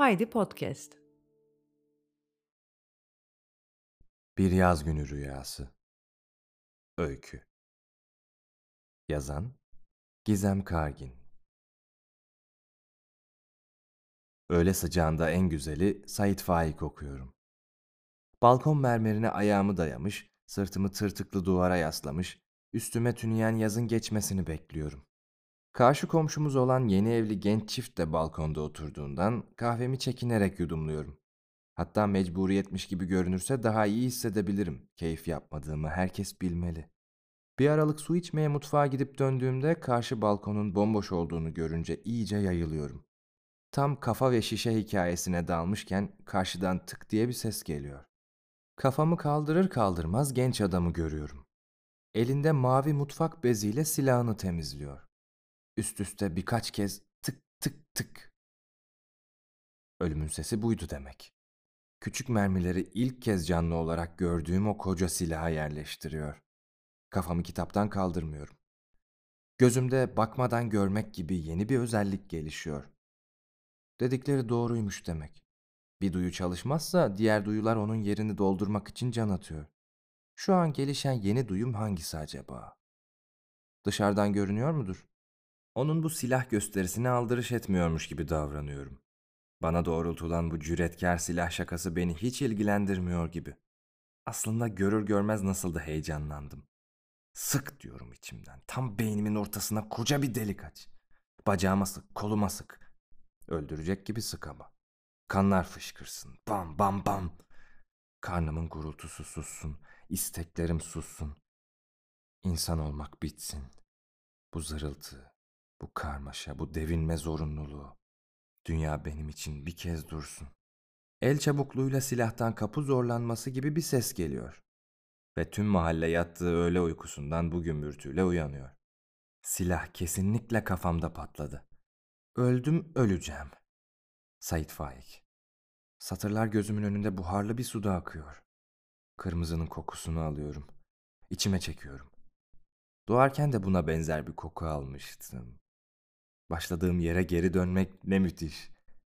Haydi Podcast. Bir yaz günü rüyası. Öykü. Yazan Gizem Kargin. Öğle sıcağında en güzeli Sait Faik okuyorum. Balkon mermerine ayağımı dayamış, sırtımı tırtıklı duvara yaslamış, üstüme tüneyen yazın geçmesini bekliyorum. Karşı komşumuz olan yeni evli genç çift de balkonda oturduğundan kahvemi çekinerek yudumluyorum. Hatta mecburiyetmiş gibi görünürse daha iyi hissedebilirim. Keyif yapmadığımı herkes bilmeli. Bir aralık su içmeye mutfağa gidip döndüğümde karşı balkonun bomboş olduğunu görünce iyice yayılıyorum. Tam kafa ve şişe hikayesine dalmışken karşıdan tık diye bir ses geliyor. Kafamı kaldırır kaldırmaz genç adamı görüyorum. Elinde mavi mutfak beziyle silahını temizliyor. Üst üste birkaç kez tık tık tık. Ölümün sesi buydu demek. Küçük mermileri ilk kez canlı olarak gördüğüm o koca silaha yerleştiriyor. Kafamı kitaptan kaldırmıyorum. Gözümde bakmadan görmek gibi yeni bir özellik gelişiyor. Dedikleri doğruymuş demek. Bir duyu çalışmazsa diğer duyular onun yerini doldurmak için can atıyor. Şu an gelişen yeni duyum hangisi acaba? Dışarıdan görünüyor mudur? Onun bu silah gösterisine aldırış etmiyormuş gibi davranıyorum. Bana doğrultulan bu cüretkar silah şakası beni hiç ilgilendirmiyor gibi. Aslında görür görmez nasıl da heyecanlandım. Sık diyorum içimden. Tam beynimin ortasına koca bir delik aç. Bacağıma sık, koluma sık. Öldürecek gibi sık ama. Kanlar fışkırsın. Bam bam bam. Karnımın gurultusu sussun. İsteklerim sussun. İnsan olmak bitsin. Bu zırıltı, bu karmaşa, bu devinme zorunluluğu. Dünya benim için bir kez dursun. El çabukluğuyla silahtan kapı zorlanması gibi bir ses geliyor. Ve tüm mahalle yattığı öğle uykusundan bu gümbürtüyle uyanıyor. Silah kesinlikle kafamda patladı. Öldüm, öleceğim. Sait Faik. Satırlar gözümün önünde buharlı bir suda akıyor. Kırmızının kokusunu alıyorum. İçime çekiyorum. Doğarken de buna benzer bir koku almıştım. Başladığım yere geri dönmek ne müthiş.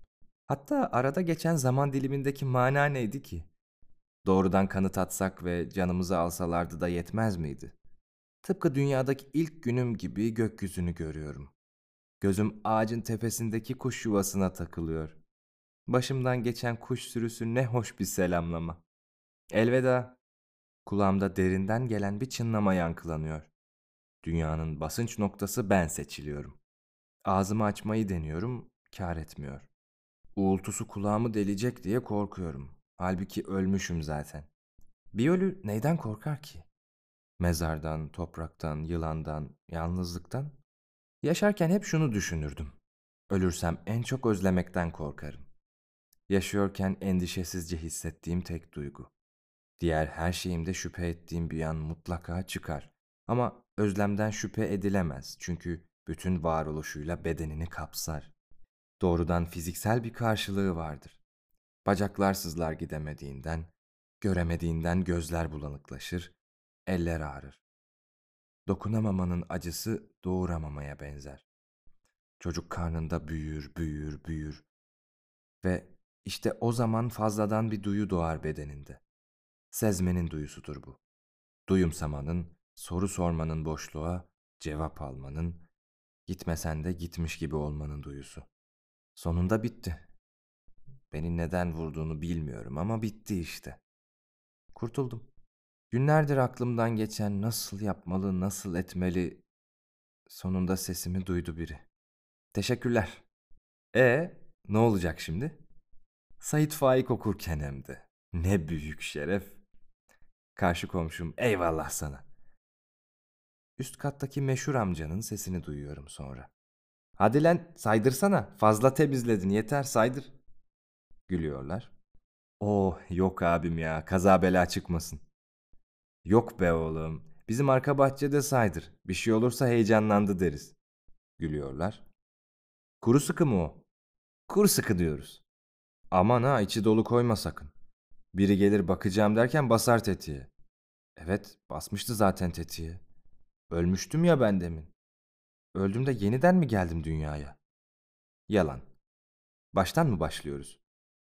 Hatta arada geçen zaman dilimindeki mana neydi ki? Doğrudan kanıt atsak ve canımızı alsalardı da yetmez miydi? Tıpkı dünyadaki ilk günüm gibi gökyüzünü görüyorum. Gözüm ağacın tepesindeki kuş yuvasına takılıyor. Başımdan geçen kuş sürüsü ne hoş bir selamlama. Elveda. Kulağımda derinden gelen bir çınlama yankılanıyor. Dünyanın basınç noktası ben seçiliyorum. Ağzımı açmayı deniyorum, kâr etmiyor. Uğultusu kulağımı delecek diye korkuyorum. Halbuki ölmüşüm zaten. Bir ölü neyden korkar ki? Mezardan, topraktan, yılandan, yalnızlıktan. Yaşarken hep şunu düşünürdüm. Ölürsem en çok özlemekten korkarım. Yaşıyorken endişesizce hissettiğim tek duygu. Diğer her şeyimde şüphe ettiğim bir an mutlaka çıkar. Ama özlemden şüphe edilemez çünkü bütün varoluşuyla bedenini kapsar. Doğrudan fiziksel bir karşılığı vardır. Bacaklar sızlar gidemediğinden, göremediğinden gözler bulanıklaşır, eller ağrır. Dokunamamanın acısı doğuramamaya benzer. Çocuk karnında büyür, büyür, büyür ve işte o zaman fazladan bir duyu doğar bedeninde. Sezmenin duyusudur bu. Duyumsamanın, soru sormanın boşluğa, cevap almanın, gitmesen de gitmiş gibi olmanın duyusu. Sonunda bitti. Beni neden vurduğunu bilmiyorum ama bitti işte. Kurtuldum. Günlerdir aklımdan geçen nasıl yapmalı, nasıl etmeli, sonunda sesimi duydu biri. Teşekkürler. Ne olacak şimdi? Sait Faik okurken hem de. Ne büyük şeref. Karşı komşum eyvallah sana. Üst kattaki meşhur amcanın sesini duyuyorum sonra. Hadi lan saydırsana. Fazla temizledin yeter saydır. Gülüyorlar. Oh yok abim ya kaza bela çıkmasın. Yok be oğlum. Bizim arka bahçede saydır. Bir şey olursa heyecanlandı deriz. Gülüyorlar. Kuru sıkı mı o? Kuru sıkı diyoruz. Aman ha içi dolu koyma sakın. Biri gelir bakacağım derken basar tetiğe. Evet basmıştı zaten tetiğe. Ölmüştüm ya ben demin. Öldüm de yeniden mi geldim dünyaya? Yalan. Baştan mı başlıyoruz?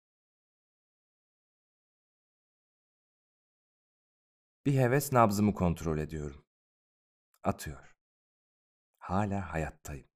Bir heves nabzımı kontrol ediyorum. Atıyor. Hala hayattayım.